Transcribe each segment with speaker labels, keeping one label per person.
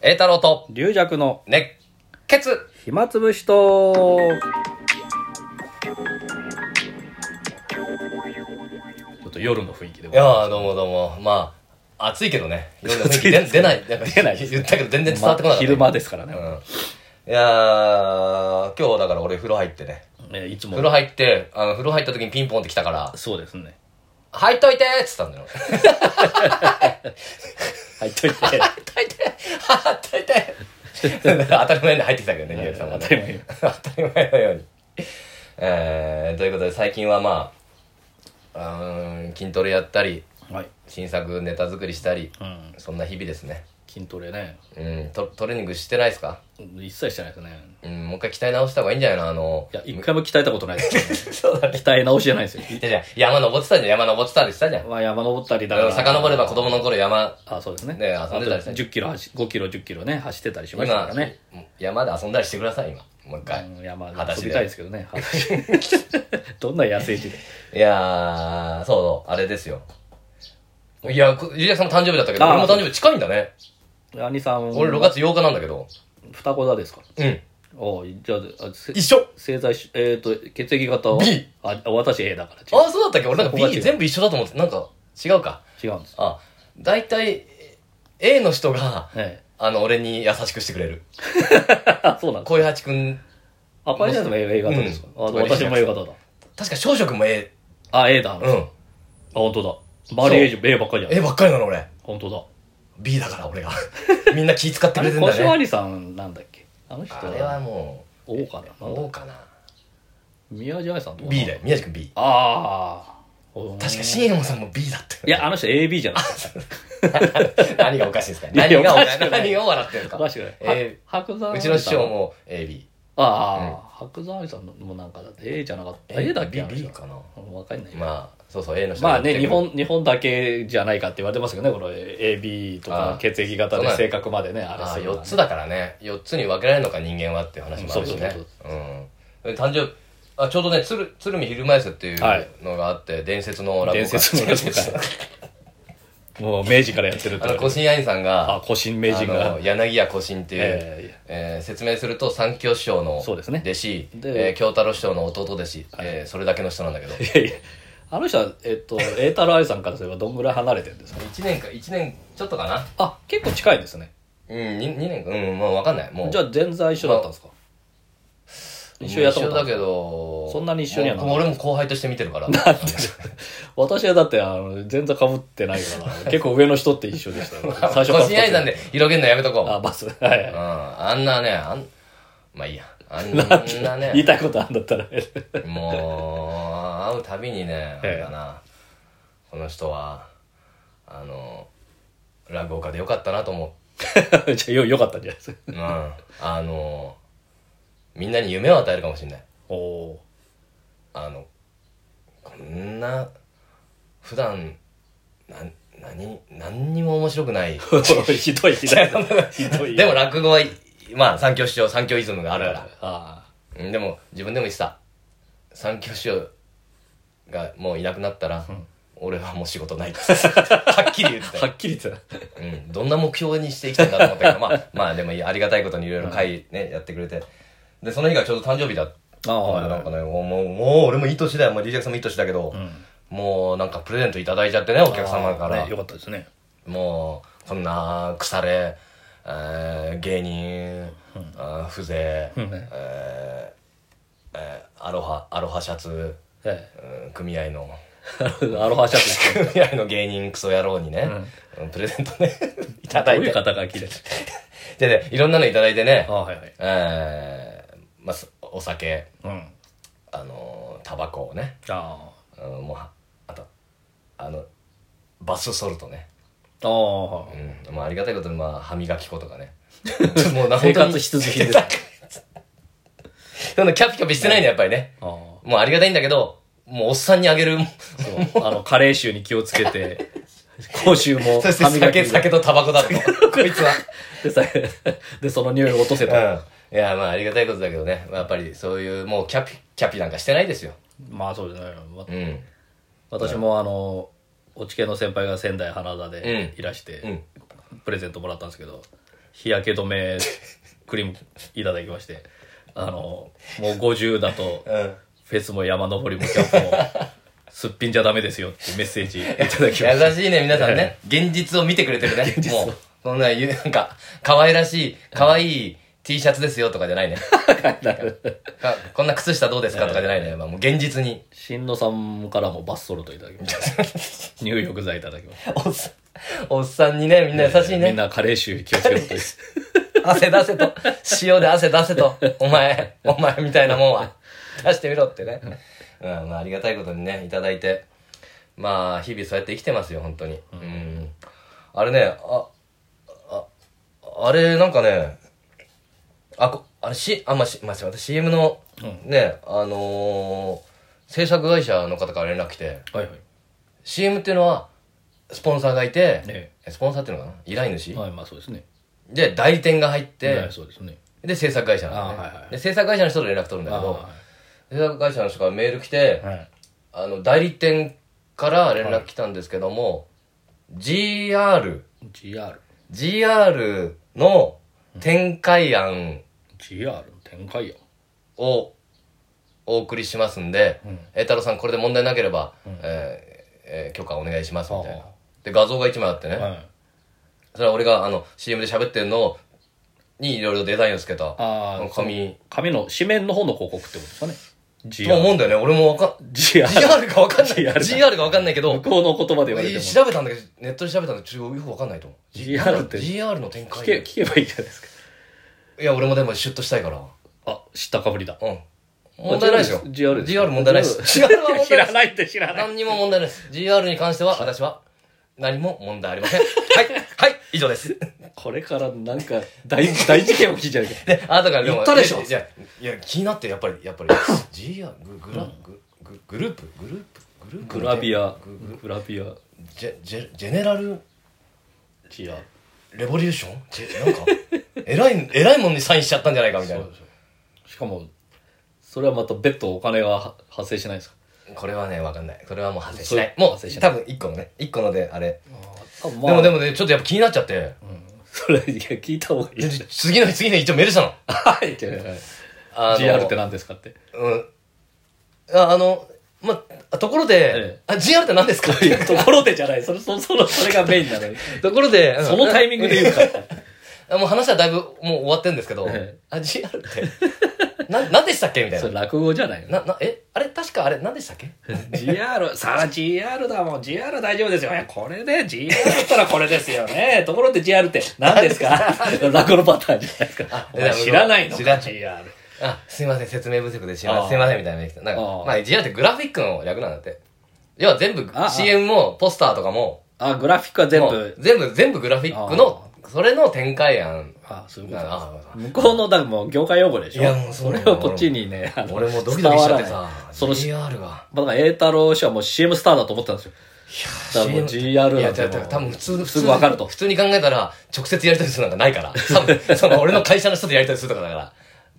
Speaker 1: 栄太郎と
Speaker 2: 龍弱の
Speaker 1: 熱血。
Speaker 2: 暇つぶしと。ちょっと夜の雰囲気で。
Speaker 1: いやーどうもどうも。まあ暑いけどね、夜の雰囲気出ない。なんか
Speaker 2: 出ない
Speaker 1: 言ったけど全然伝わってこなかった、
Speaker 2: 昼間ですからね。
Speaker 1: いやー今日だから俺風呂入ってね。
Speaker 2: いつも
Speaker 1: 風呂入って風呂入った時にピンポンって来たから
Speaker 2: そうですね。
Speaker 1: 入っといてーっつったんだよ。
Speaker 2: 入っといて。
Speaker 1: 入っといて当たり前に入ってきたけどね、ニューさんもね。
Speaker 2: 当たり前
Speaker 1: 当たり前のように。ということで最近はまあ筋トレやったり
Speaker 2: はい。
Speaker 1: 新作ネタ作りしたり、
Speaker 2: うん。
Speaker 1: そんな日々ですね。
Speaker 2: 筋トレね。
Speaker 1: トレーニングしてないですか？
Speaker 2: 一切してないですね。
Speaker 1: もう一回鍛え直した方がいいんじゃないの？
Speaker 2: いや、一回も鍛えたことないです
Speaker 1: そうだね。
Speaker 2: 鍛え直しじゃないですよ。
Speaker 1: じゃ山登ってたじゃん。山登ってたりしたじゃん。
Speaker 2: まあ山登ったりだから。
Speaker 1: 遡れば子供の頃山
Speaker 2: あ、そうですね。
Speaker 1: で遊んでたりした。
Speaker 2: 10キロ5キロ10キロね、走ってたりしましたから
Speaker 1: 今
Speaker 2: ね。
Speaker 1: 山で遊んだりしてください今。もう一回。
Speaker 2: 山で
Speaker 1: 裸足で
Speaker 2: 遊びたいですけどね。どんな野生児で。
Speaker 1: いやーそうあれですよ。いやジュリアさんの誕生日だったけど、俺も誕生日近いんだね。
Speaker 2: 兄さん。
Speaker 1: 俺6月8日なんだけど。
Speaker 2: 双子だですか？
Speaker 1: うん
Speaker 2: じゃあ、
Speaker 1: 一緒。
Speaker 2: 製剤血液型は
Speaker 1: B。
Speaker 2: 私 A だから
Speaker 1: あ、そうだったっけ？俺なんか
Speaker 2: そこが違
Speaker 1: B
Speaker 2: う
Speaker 1: 全部一緒だと思って、なんか違うか。
Speaker 2: 違うんです。
Speaker 1: あ、だいたい A の人が
Speaker 2: え
Speaker 1: 俺に優しくしてくれる。
Speaker 2: え。そうなんです。
Speaker 1: 小八くん、
Speaker 2: あ、パイセンも A 型ですか？あ、私も A 型だ。
Speaker 1: 確か少々くんも A。
Speaker 2: あ、A だ。あ、
Speaker 1: うん。
Speaker 2: 本当だ。周り A ばっかりじゃん。
Speaker 1: A ばっかりなの俺。
Speaker 2: 本当だ。
Speaker 1: B だから俺が。みんな気使ってくれてんだ
Speaker 2: 小
Speaker 1: ね。
Speaker 2: 兄さんなんだっけ？あの人
Speaker 1: あれはもう、
Speaker 2: O かな。なんだ
Speaker 1: O かな。
Speaker 2: 宮地愛さんとか
Speaker 1: B だよ。宮地くん B。
Speaker 2: ああ。
Speaker 1: 確か新山さんも B だったよ。
Speaker 2: いや、あの人 AB じゃないですか。
Speaker 1: 何がおかしいんですか？
Speaker 2: いや
Speaker 1: 何が
Speaker 2: おかしくない
Speaker 1: 何を笑ってるんですか？
Speaker 2: おかしくない。白山
Speaker 1: うちの師匠も AB。
Speaker 2: ああ、白山愛さんもなんかだって A じゃなかった。A だっけ？
Speaker 1: B かな。
Speaker 2: わかんない。
Speaker 1: まあ、そうそう、A の人
Speaker 2: まあね、
Speaker 1: が言ってくる
Speaker 2: 日本だけじゃないかって言われてますけどね、この AB とか血液型で性格までね、あれ
Speaker 1: ああ、
Speaker 2: するのは
Speaker 1: 4つだからね。4つに分けられるのか人間はっていう話もあるしね。で誕生日、ちょうどね、鶴見昼間寄せっていうのがあって、伝説の落語家。
Speaker 2: 伝説の落語家。もう明治からやってるって
Speaker 1: 古新愛さんが、
Speaker 2: 古新名人が。
Speaker 1: 柳家古新っていう、説明すると三教師匠の
Speaker 2: そうですね
Speaker 1: 弟子、
Speaker 2: で
Speaker 1: 京太郎師匠の弟弟子、それだけの人なんだけど。
Speaker 2: いやいや、あの人は、栄太郎愛さんからすればどんぐらい離れてるんですか？
Speaker 1: 1年ちょっとかな。
Speaker 2: あ、結構近いですね。
Speaker 1: 2年か、もう分かんない。もう。
Speaker 2: じゃあ前座一緒だったんですか？一緒やったことある
Speaker 1: 一緒だけど、
Speaker 2: そんなに一緒にはならない
Speaker 1: 俺も後輩として見てるから。
Speaker 2: 私はだって前座被ってないから結構上の人って一緒でしたよ。最
Speaker 1: 古新愛さんで広げるのやめとこう。
Speaker 2: あ、バス。はいはい。
Speaker 1: あんなね、まあいいや。あんなね。
Speaker 2: 言いたいことあんだったら。
Speaker 1: もう、会うたびにね、あれだな。この人は、落語家でよかったなと思う。
Speaker 2: じゃあよかったんじゃないですか。
Speaker 1: みんなに夢を与えるかもしれない。
Speaker 2: おお。
Speaker 1: こんな、普段、何にも面白くない。
Speaker 2: ひどい。ひどい。
Speaker 1: でも落語は、まあ、三教師匠、三教イズムがあるから。
Speaker 2: あ
Speaker 1: でも、自分でも言ってた。三教師匠がもういなくなったら、俺はもう仕事ないって。はっきり言ってたよ。
Speaker 2: はっきり言ってた。
Speaker 1: どんな目標にしていきたいんだと思ったけど、まあでもありがたいことにいろいろ会ね、やってくれて。で、その日がちょうど誕生日だった。なんかね、もう俺もいい年だよ。もうリージャクさんもいい年だけど、もうなんかプレゼントいただいちゃってね、お客様から。
Speaker 2: よかったですね。
Speaker 1: もう、こんな腐れ、芸人、風情、アロハシャツ、組合の、
Speaker 2: アロハシャツ
Speaker 1: 組合の芸人クソ野郎にね、プレゼントね、いただいて。
Speaker 2: どういう肩書きで。
Speaker 1: でね、いろんなのいただいてね、
Speaker 2: はいはい。
Speaker 1: まあ、お酒、
Speaker 2: うん。
Speaker 1: タバコをね、
Speaker 2: あ
Speaker 1: もう、あと、バスソルトね。
Speaker 2: あ。
Speaker 1: まあありがたいことに、まあ、歯磨き粉とかね。
Speaker 2: もう生活必需品です。
Speaker 1: そんなキャピキャピしてないね、やっぱりね。もうありがたいんだけど、もうおっさんにあげる。
Speaker 2: そう。加齢臭に気をつけて、口臭も
Speaker 1: そして酒とタバコだと。こいつは。
Speaker 2: で、その匂いを落とせと。
Speaker 1: いや、まあありがたいことだけどね。やっぱりそういう、もうキャピなんかしてないですよ。
Speaker 2: まあそうですね。私もおち系の先輩が仙台花田でいらして、プレゼントもらったんですけど、 日焼け止めクリームいただきまして、もう50だと、フェスも山登りもキャンプも、すっぴんじゃダメですよってメッセージいただきました。
Speaker 1: 優しいね、皆さんね。現実を見てくれてるね。もう、こんなんか、可愛らしい、可愛い T シャツですよとかじゃないね。こんな靴下どうですかとかじゃないね。もう現実に。
Speaker 2: 新野さんからもバスソルトいただきました。入浴剤いただきました。
Speaker 1: おっさんにね、みんな優しいね。
Speaker 2: みんな加齢臭気をつけることです。
Speaker 1: 汗出せと。塩で汗出せと。お前みたいなもんは。出してみろってね。まあありがたいことにね、いただいて。まあ、日々そうやって生きてますよ、本当に。あれね、あれ、なんかね、私 CM のね、制作会社の方から連絡来て、CM っていうのは、スポンサーがいて、スポンサーっていうのかな依頼主、
Speaker 2: まあそうですね。
Speaker 1: で、代理店が入って、
Speaker 2: そうですね。
Speaker 1: で、制作会社なんだね。で、制作会社の人と連絡取るんだけど、制作会社の人からメール来て、代理店から連絡来たんですけども、GR の展開案
Speaker 2: GR の展開案
Speaker 1: をお送りしますんで、栄太郎さんこれで問題なければ、許可お願いしますみたいな。で、画像が1枚あってね。それは俺がCM で喋ってるのにいろいろデザインをつけた
Speaker 2: 紙の紙面の方の広告ってことですかね。
Speaker 1: と思うんだよね。俺もGR がわかんない。GR がわかんないけど。
Speaker 2: 向こうの言葉で言われても。
Speaker 1: 調べたんだけど、ネットで調べたんだけど、ちょっとよくわかんないと思う。
Speaker 2: GR って。
Speaker 1: GR の展開。
Speaker 2: 聞けばいいじゃないですか。
Speaker 1: いや、俺もでもシュッとしたいから。
Speaker 2: 知ったかぶりだ。
Speaker 1: 問題ないですよ。GR 問題ないです。GR は問題ない。
Speaker 2: 知らないって知らない。
Speaker 1: 何にも問題ないです。GR に関しては、私は何も問題ありません。はい、以上です。
Speaker 2: これからなんか大事件を聞いちゃうけど。
Speaker 1: で、あとから
Speaker 2: でも。言ったでしょ。
Speaker 1: いや、気になってやっぱり、GR、グループ
Speaker 2: グラビア。
Speaker 1: ジェネラル、
Speaker 2: GR。
Speaker 1: レボリューションなんか、偉いもんにサインしちゃったんじゃないかみたいな。
Speaker 2: しかも、それはまた別途お金は発生しないですか？
Speaker 1: これはね、わかんない。それはもう発生しない。もう、多分1個ので、あれ。でもね、ちょっとやっぱ気になっちゃって。
Speaker 2: それ、聞いた方がいい。
Speaker 1: 次の日一応メールしたの。
Speaker 2: はい。GR って何ですかって。
Speaker 1: ところで、GR って何ですかって。
Speaker 2: ところでじゃない。それがメインなのに。
Speaker 1: ところで、
Speaker 2: そのタイミングで言うか。
Speaker 1: もう話はだいぶもう終わってるんですけど、GR って、何でしたっけみたいな。
Speaker 2: それ落語じゃないの？
Speaker 1: あれ確か何でしたっけ
Speaker 2: さあ GR だもん。GR 大丈夫ですよ。これで GR だったらこれですよね。ところで GR って何ですか？落語のパターンじゃないですか。知らないのか GR。
Speaker 1: すいません、説明不足ですいませんみたいな。GR ってグラフィックの略なんだって。要は全部 CM もポスターとかも。
Speaker 2: グラフィックは
Speaker 1: 全部グラフィックの、それの展開案。
Speaker 2: そういうこと向こうの、だからもう業界用語でしょ。いや、もうそれをこっちにね、
Speaker 1: 俺もドキドキしちゃってさ、GR が。
Speaker 2: だから栄太郎氏はもう CM スターだと思ってたんですよ。だからもう GR
Speaker 1: だと。多分
Speaker 2: すぐ分かると。
Speaker 1: 普通に考えたら、直接やり取りするなんかないから。多分、俺の会社の人でやり取りするとかだから。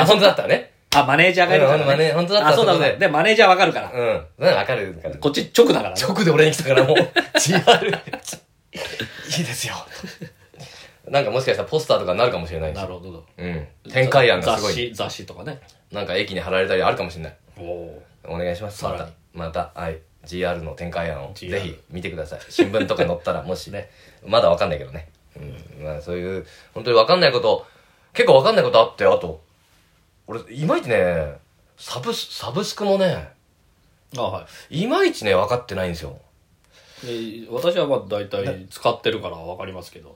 Speaker 1: 本当だったらね。
Speaker 2: マネージャーがいるからね。
Speaker 1: 本当だったら
Speaker 2: そうだね。で、マネージャー分かるから。
Speaker 1: 分かるから。
Speaker 2: こっち直だからね。
Speaker 1: 直で俺に来たからもう、GR。いいですよ。なんかもしかしたらポスターとかになるかもしれないし。
Speaker 2: なるほど。
Speaker 1: 展開案がすごい。
Speaker 2: 雑誌とかね。
Speaker 1: なんか駅に貼られたりあるかもしれない。
Speaker 2: お
Speaker 1: 願いします。また、GR の展開案をぜひ見てください。新聞とか載ったら、もしね。まだわかんないけどね。そういう、本当にわかんないこと、結構わかんないことあって、あと、俺、いまいちね、サブスクもね、いまいちね、分かってないんですよ。
Speaker 2: 私はまあ大体使ってるから分かりますけど。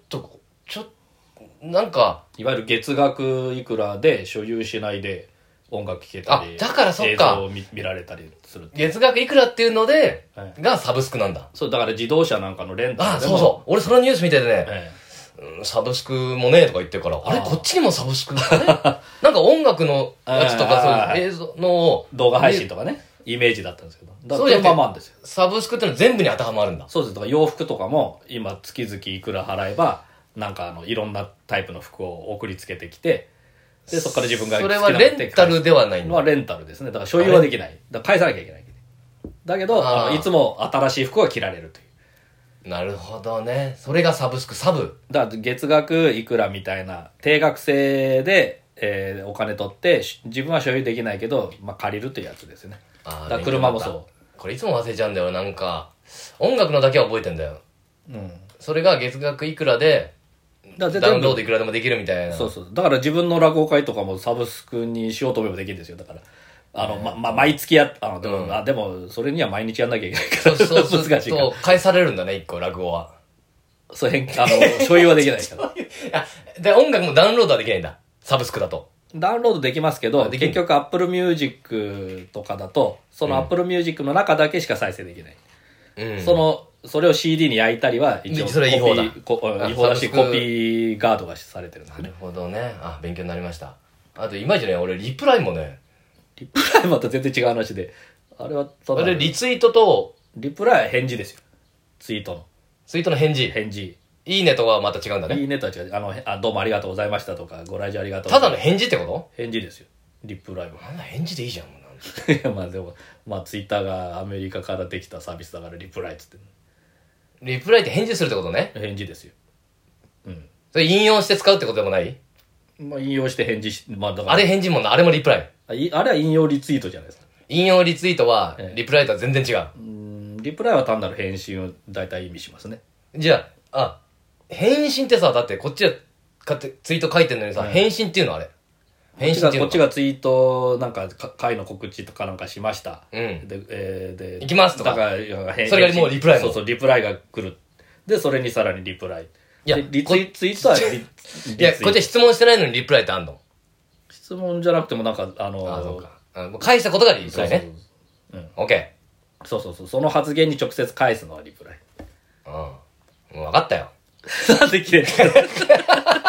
Speaker 1: なんか。
Speaker 2: いわゆる月額いくらで所有しないで音楽聴けたり。
Speaker 1: だからそっか。
Speaker 2: 映像を見られたりする。
Speaker 1: 月額いくらっていうので、がサブスクなんだ。
Speaker 2: そう、だから自動車なんかのレンタル
Speaker 1: でも。そう。俺そのニュース見ててね、サブスクもね、とか言ってるから、あれこっちにもサブスクだね。なんか音楽のやつとか、そういう映像の。
Speaker 2: 動画配信とかね。イメージだったんですけど。そういうままなんですよ。
Speaker 1: サブスクってのは全部に当てはまるんだ。
Speaker 2: そうです。だから洋服とかも、今月々いくら払えば、なんかいろんなタイプの服を送りつけてきて、で、そこから自分が
Speaker 1: 好きなのそれはレンタルではない
Speaker 2: のはレンタルですね。だから所有はできない。だから返さなきゃいけない。だけど、いつも新しい服は着られるという。
Speaker 1: なるほどね。それがサブスク、サブ。
Speaker 2: だから月額いくらみたいな、定額制で、お金取って、自分は所有できないけど、まあ借りるっていうやつですよね。だから車もそう。
Speaker 1: これいつも忘れちゃうんだよ。なんか、音楽のだけは覚えてんだよ。うん。それが月額いくらで、ダウンロードいくらでもできるみたいな。
Speaker 2: そうそう。だから自分の落語会とかもサブスクにしようと思えばできるんですよ。だから。毎月でも、それには毎日やんなきゃいけないから。そう難しいから。
Speaker 1: 返されるんだね、一個、落語は。
Speaker 2: 所有はできないから。
Speaker 1: で、音楽もダウンロードはできないんだ。サブスクだと。
Speaker 2: ダウンロードできますけど、結局 Apple Music とかだと、その Apple Music の中だけしか再生できない。うん、それを CD に焼いたりは、
Speaker 1: 一応それ違法だ。
Speaker 2: 違法だし、コピーガードがされてるんですね。
Speaker 1: なるほどね。あ、勉強になりました。あと、いまいちね、俺、リプライもね。
Speaker 2: リプライまた全然違う話で。あ
Speaker 1: れ、リツイートと、
Speaker 2: リプライは返事ですよ。ツイートの。
Speaker 1: ツイートの返事。
Speaker 2: 返事。
Speaker 1: いいねとはまた違うんだね。
Speaker 2: いいねとは違う。どうもありがとうございましたとか、ご来場ありがとう。
Speaker 1: ただの返事ってこと？
Speaker 2: 返事ですよ。リプライも。
Speaker 1: なんだ返事でいいじゃん。
Speaker 2: いや、まあでも、ツイッターがアメリカからできたサービスだからリプライっつって。
Speaker 1: リプライって返事するってことね。
Speaker 2: 返事ですよ。
Speaker 1: うん。それ引用して使うってことでもない？
Speaker 2: まあ引用して返事し、だ
Speaker 1: から。あれ返事もんな、あれもリプライ。
Speaker 2: あれは引用リツイートじゃないですか。
Speaker 1: 引用リツイートは、リプライとは全然違
Speaker 2: う。リプライは単なる返信を大体意味しますね。
Speaker 1: じゃあ、返信ってさ、だってこっちはツイート書いてんのにさ、返信っていうのあれ。
Speaker 2: 返信っていうのこっちがツイート、なんか、会の告知とかなんかしました。うん。
Speaker 1: 行きますとか。
Speaker 2: だから、
Speaker 1: それがもうリプライも。
Speaker 2: そうそう、リプライが来る。で、それにさらにリプライ。いや、ツイートは
Speaker 1: いや、こっちは質問してないのにリプライってあんの？
Speaker 2: 質問じゃなくてもなんか、
Speaker 1: そうか。返したことがリプライね。うん。オッケ
Speaker 2: ー。そう。その発言に直接返すのはリプライ。
Speaker 1: うん。もう分かったよ。
Speaker 2: なんで切れてる